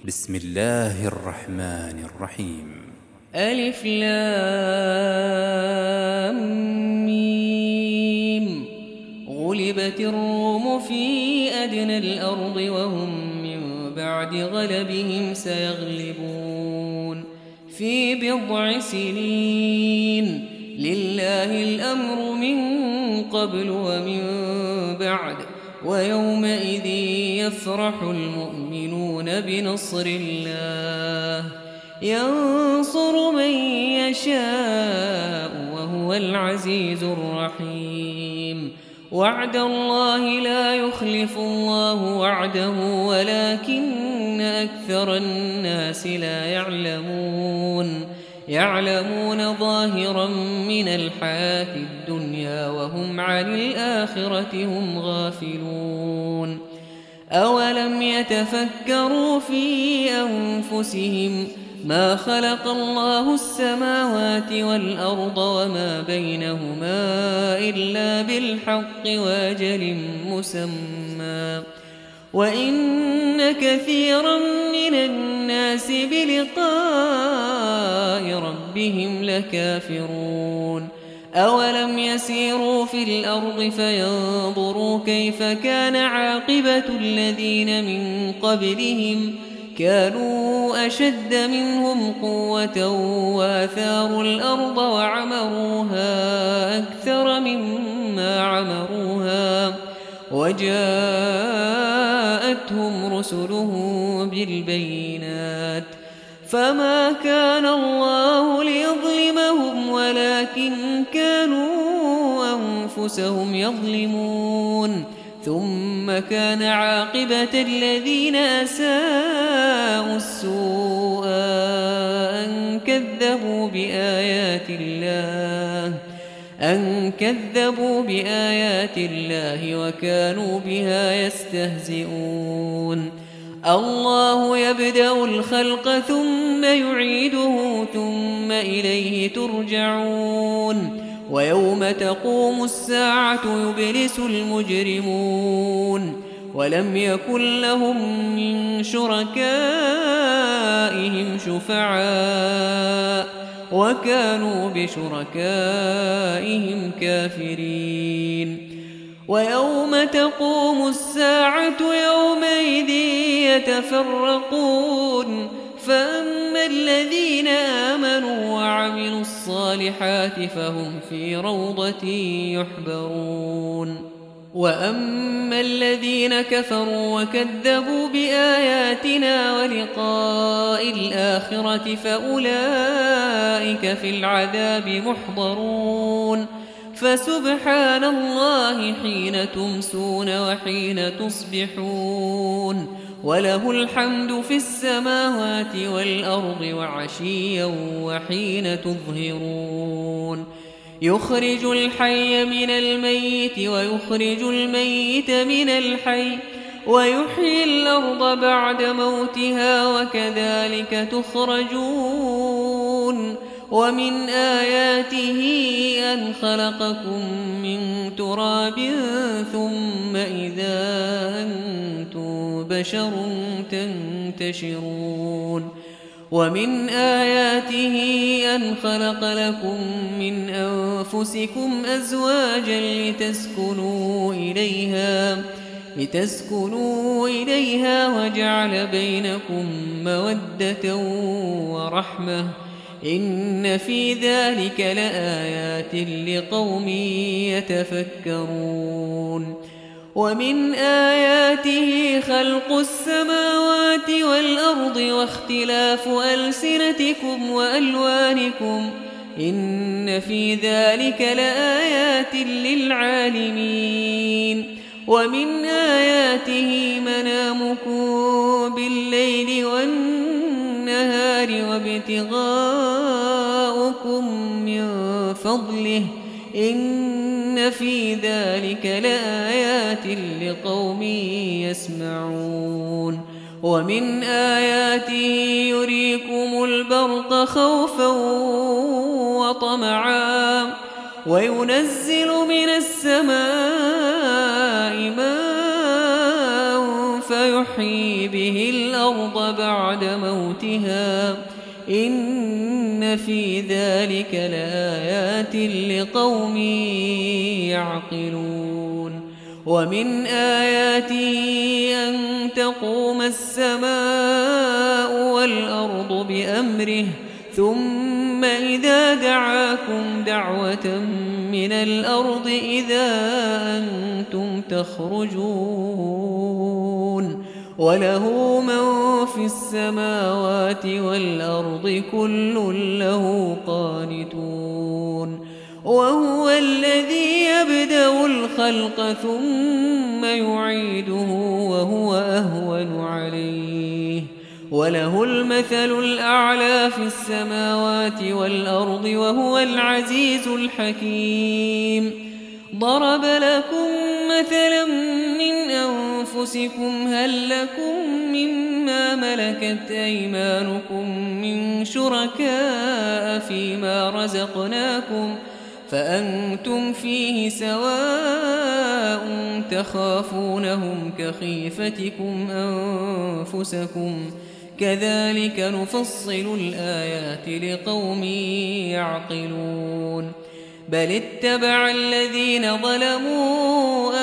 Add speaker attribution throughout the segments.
Speaker 1: بسم الله الرحمن الرحيم.
Speaker 2: ألف لام ميم. غلبت الروم في أدنى الأرض وهم من بعد غلبهم سيغلبون في بضع سنين. لله الأمر من قبل ومن بعد، ويومئذ يفرح المؤمنون بنصر الله ينصر من يشاء وهو العزيز الرحيم. وعد الله لا يخلف الله وعده ولكن أكثر الناس لا يعلمون ظاهرا من الحياة الدنيا وهم عن الآخرة هم غافلون. أولم يتفكروا في أنفسهم ما خلق الله السماوات والأرض وما بينهما إلا بالحق وأجل مسمى، وإن كثيرا من الناس بلقاء ربهم لكافرون. أولم يسيروا في الأرض فينظروا كيف كان عاقبة الذين من قبلهم كانوا أشد منهم قوة وآثاروا الأرض وعمروها أكثر مما عمروها وجاءتهم رسلهم بالبينات فما كان الله ليظلمهم ولكن كانوا أنفسهم يظلمون. ثم كان عاقبة الذين أساءوا السوء أن كذبوا بآيات الله وكانوا بها يستهزئون. الله يبدأ الخلق ثم يعيده ثم إليه ترجعون. ويوم تقوم الساعة يبلس المجرمون ولم يكن لهم من شركائهم شفعاء وكانوا بشركائهم كافرين. ويوم تقوم الساعة يومئذ يتفرقون فأما الذين آمنوا وعملوا الصالحات فهم في روضة يحبرون، وأما الذين كفروا وكذبوا بآياتنا ولقاء الآخرة فأولئك في العذاب محضرون. فسبحان الله حين تمسون وحين تصبحون، وله الحمد في السماوات والأرض وعشيا وحين تظهرون. يخرج الحي من الميت ويخرج الميت من الحي ويحيي الأرض بعد موتها وكذلك تخرجون. ومن آياته أن خلقكم من تراب ثم إذا أنتم بشر تنتشرون. ومن آياته أن خلق لكم من أنفسكم أزواجا لتسكنوا إليها وجعل بينكم مودة ورحمة إن في ذلك لآيات لقوم يتفكرون. ومن آياته خلق السماوات والأرض واختلاف ألسنتكم وألوانكم إن في ذلك لآيات للعالمين. ومن آياته منامكم بالليل والنهار وابتغاؤكم من فضله إن في ذلك لآيات لقوم يسمعون. ومن آياته يريكم البرق خوفا وطمعا وينزل من السماء ماء فيحيي به الأرض الأرض بعد موتها إن في ذلك لآيات لقوم يعقلون ومن آياته أن تقوم السماء والأرض بأمره ثم إذا دعاكم دعوة من الأرض إذا أنتم تخرجون وله من في السماوات والأرض كل له قانتون وهو الذي يبدأ الخلق ثم يعيده وهو أهون عليه وله المثل الأعلى في السماوات والأرض وهو العزيز الحكيم ضرب لكم مثلا من أنفسكم هل لكم مما ملكت أيمانكم من شركاء فيما رزقناكم فأنتم فيه سواء تخافونهم كخيفتكم أنفسكم كذلك نفصل الآيات لقوم يعقلون بل اتبع الذين ظلموا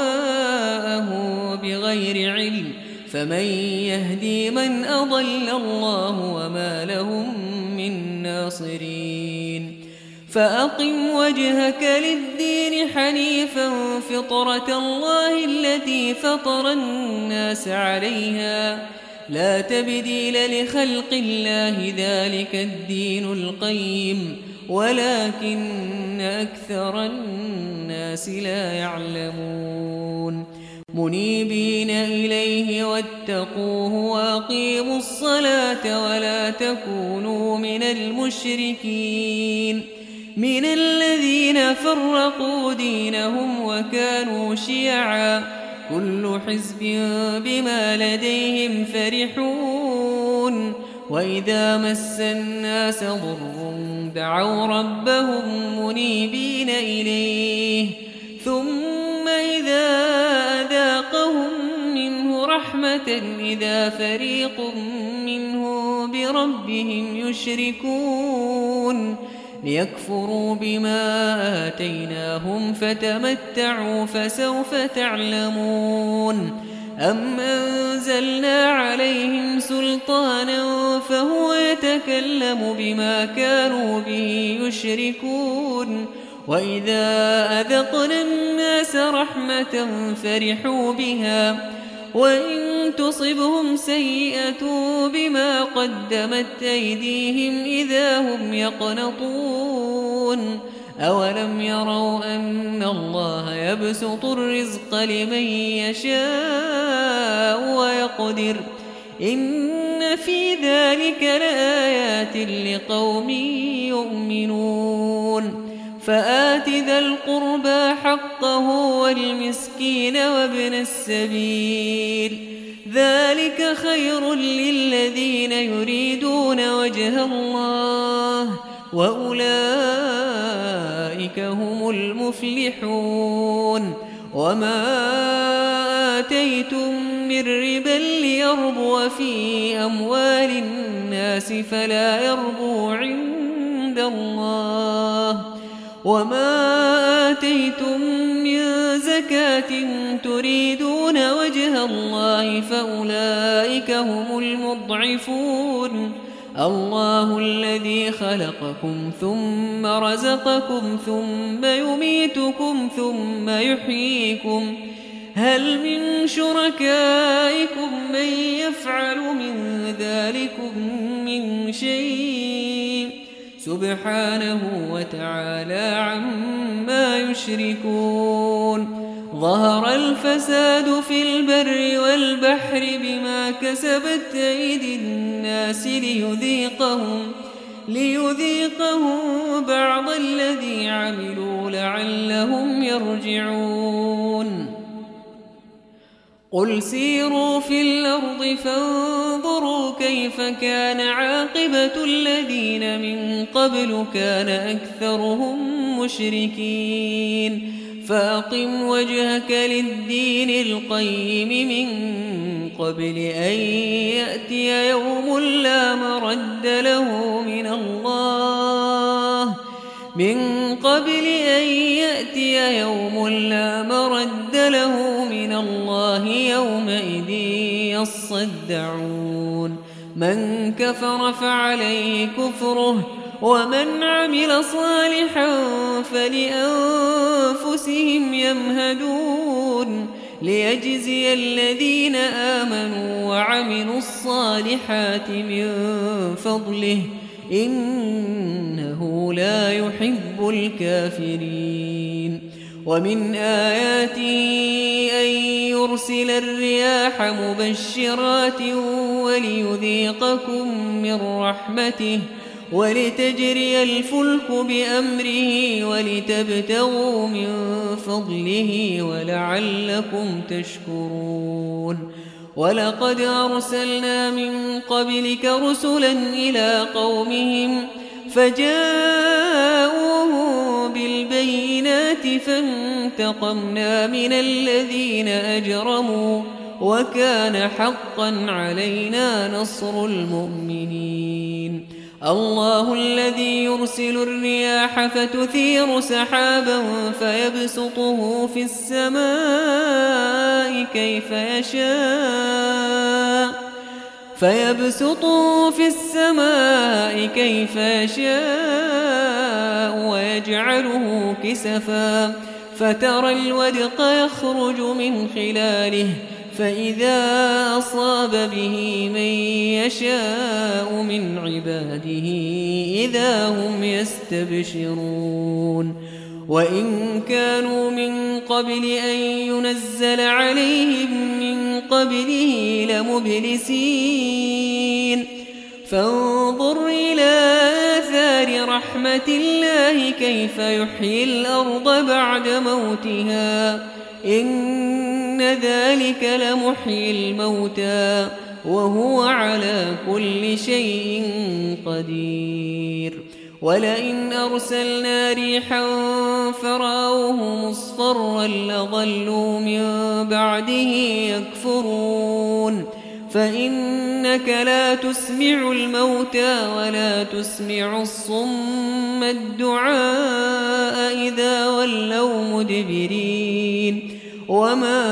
Speaker 2: أهواءهم بغير علم فمن يهدي من أضل الله وما لهم من ناصرين فأقم وجهك للدين حنيفا فطرة الله التي فطر الناس عليها لا تبديل لخلق الله ذلك الدين القيم ولكن أكثر الناس لا يعلمون منيبين إليه واتقوه وأقيموا الصلاة ولا تكونوا من المشركين من الذين فرقوا دينهم وكانوا شيعا كل حزب بما لديهم فرحون وإذا مس الناس ضر دعوا ربهم منيبين إليه ثم إذا أذاقهم منه رحمة إذا فريق منهم بربهم يشركون ليكفروا بما آتيناهم فتمتعوا فسوف تعلمون أم أنزلنا عليهم سلطانا فهو يتكلم بما كانوا به يشركون وإذا أذقنا الناس رحمة فرحوا بها وإن تصبهم سيئة بما قدمت أيديهم إذا هم يقنطون أولم يروا أن الله يبسط الرزق لمن يشاء ويقدر إن في ذلك لآيات لقوم يؤمنون فآت ذا القربى حقه والمسكين وابن السبيل ذلك خير للذين يريدون وجه الله وأولئك هم المفلحون وما آتيتم من ربا ليربو في أموال الناس فلا يربو عند الله وما آتيتم من زكاة تريدون وجه الله فأولئك هم المضعفون الله الذي خلقكم ثم رزقكم ثم يميتكم ثم يحييكم هل من شركائكم من يفعل من ذلكم من شيء سبحانه وتعالى عما يشركون ظهر الفساد في البر والبحر بما كسبت أيدي الناس ليذيقهم بعض الذي عملوا لعلهم يرجعون قل سيروا في الأرض فانظروا كيف كان عاقبة الذين من قبل كان أكثرهم مشركين فأقم وجهك للدين القيم من قبل أن يأتي يوم لا مرد له من الله قبل أن يأتي يوم لا مرد له من الله يومئذ يصدعون من كفر فعليه كفره ومن عمل صالحا فلأنفسهم يمهدون ليجزي الذين آمنوا وعملوا الصالحات من فضله إنه لا يحب الكافرين ومن آياته أن يرسل الرياح مبشرات وليذيقكم من رحمته ولتجري الفلك بأمره ولتبتغوا من فضله ولعلكم تشكرون ولقد أرسلنا من قبلك رسلا إلى قومهم فجاءوهم بالبينات فانتقمنا من الذين أجرموا وكان حقا علينا نصر المؤمنين الله الذي يرسل الرياح فتثير سحابا فيبسطه في السماء كيف يشاء ويجعله كسفا فترى الودق يخرج من خلاله فإذا أصاب به من يشاء من عباده إذا هم يستبشرون وإن كانوا من قبل أن ينزل عليهم من قبله لمبلسين فانظر إلى آثار رحمة الله كيف يحيي الأرض بعد موتها إن ذلك لمحيي الموتى وهو على كل شيء قدير ولئن أرسلنا ريحا فرأوه مصفرا لظلوا من بعده يكفرون فإنك لا تسمع الموتى ولا تسمع الصم الدعاء إذا ولوا مدبرين وما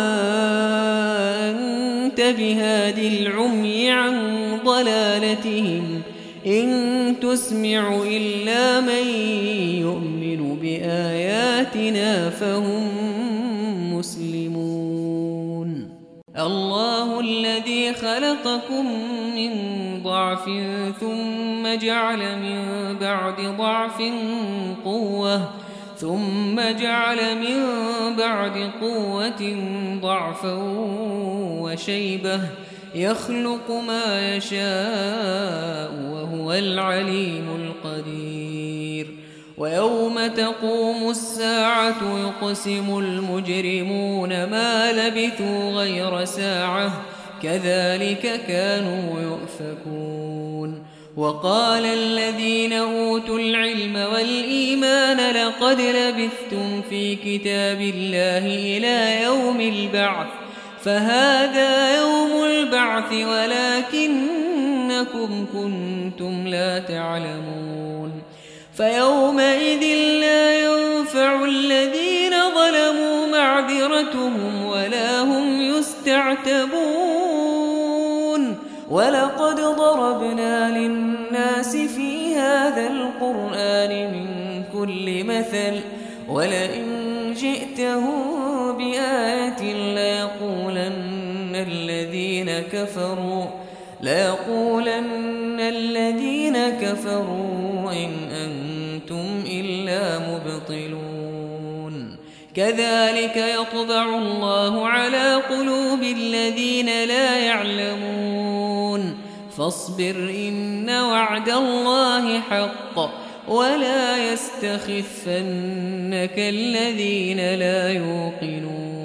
Speaker 2: أنت بهاد العمي عن ضلالتهم إن تسمع إلا من يؤمن بآياتنا فهم مسلمون الله الذي خلقكم من ضعف ثم جعل من بعد ضعف قوة ثم جعل من بعد قوة ضعفا وشيبة يخلق ما يشاء وهو العليم القدير ويوم تقوم الساعة يقسم المجرمون ما لبثوا غير ساعة كذلك كانوا يؤفكون وقال الذين أوتوا العلم والإيمان لقد لبثتم في كتاب الله إلى يوم البعث فهذا يوم البعث ولكنكم كنتم لا تعلمون فيومئذ لا ينفع الذين ظلموا معذرتهم ولا هم يستعتبون ولقد ضربنا للناس في هذا القرآن من كل مثل ولئن جئتهم بآية ليقولن الذين كفروا إن أنتم إلا مبطلون كذلك يطبع الله على قلوب الذين لا يعلمون فاصبر إن وعد الله حق ولا يستخفنك الذين لا يوقنون